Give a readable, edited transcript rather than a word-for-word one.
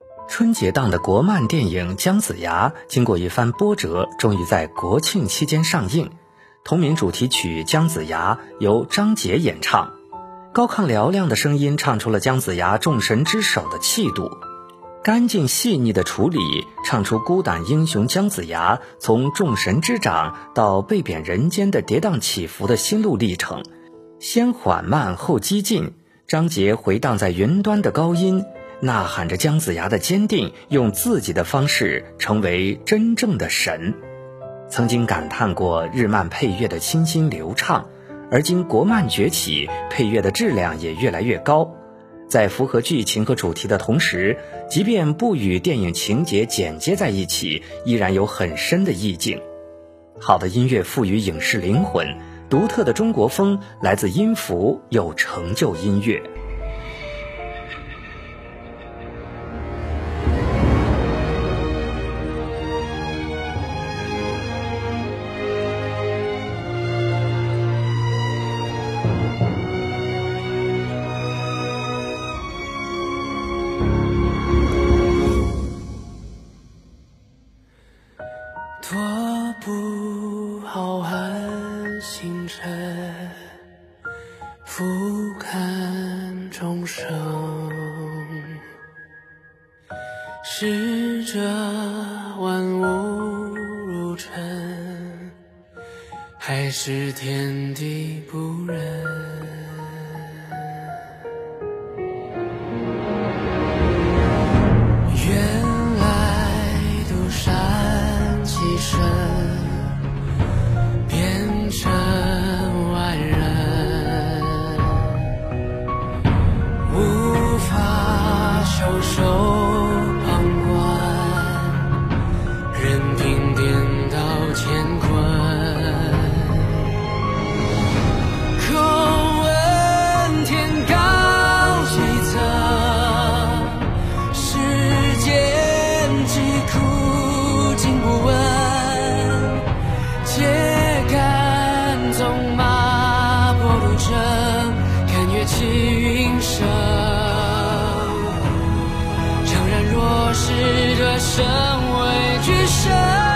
春节档的国漫电影《姜子牙》经过一番波折，终于在国庆期间上映。同名主题曲《姜子牙》由张杰演唱，高亢嘹亮的声音唱出了姜子牙众神之首的气度，干净细腻的处理唱出孤胆英雄姜子牙从众神之长到被贬人间的跌宕起伏的心路历程。先缓慢后激进，张杰回荡在云端的高音，呐喊着姜子牙的坚定，用自己的方式成为真正的神。曾经感叹过日漫配乐的清新流畅，而今国漫崛起，配乐的质量也越来越高。在符合剧情和主题的同时，即便不与电影情节剪接在一起，依然有很深的意境。好的音乐赋予影视灵魂，独特的中国风来自音符，又成就音乐。 多不浩瀚星辰，俯瞰众生，视着万物如尘，还是天地不仁。原来独善其身，变成万人，无法袖手旁观，任凭颠倒乾坤。口问天高几层，世间疾苦尽不闻，揭竿纵马破路程，看乐器云生，诚然若是这身为巨神。